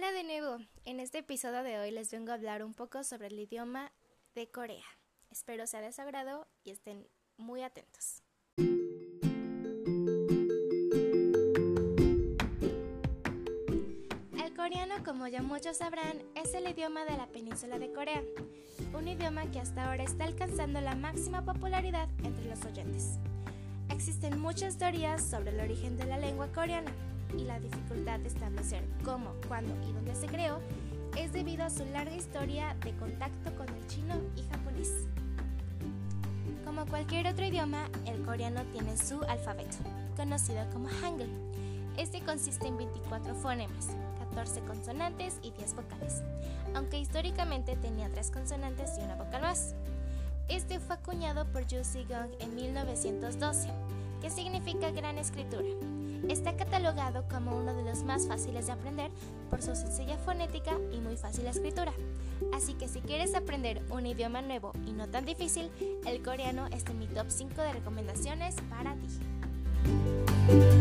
Hola de nuevo, en este episodio de hoy les vengo a hablar un poco sobre el idioma de Corea. Espero sea de su agrado y estén muy atentos. El coreano, como ya muchos sabrán, es el idioma de la península de Corea, un idioma que hasta ahora está alcanzando la máxima popularidad entre los oyentes. Existen muchas teorías sobre el origen de la lengua coreana y la dificultad de establecer cómo, cuándo y dónde se creó es debido a su larga historia de contacto con el chino y japonés. Como cualquier otro idioma, el coreano tiene su alfabeto, conocido como Hangul. Este consiste en 24 fonemas, 14 consonantes y 10 vocales, aunque históricamente tenía 3 consonantes y una vocal más. Este fue acuñado por Yu Si-gong en 1912, que significa gran escritura. Está catalogado como uno de los más fáciles de aprender por su sencilla fonética y muy fácil escritura. Así que si quieres aprender un idioma nuevo y no tan difícil, el coreano está en mi top 5 de recomendaciones para ti.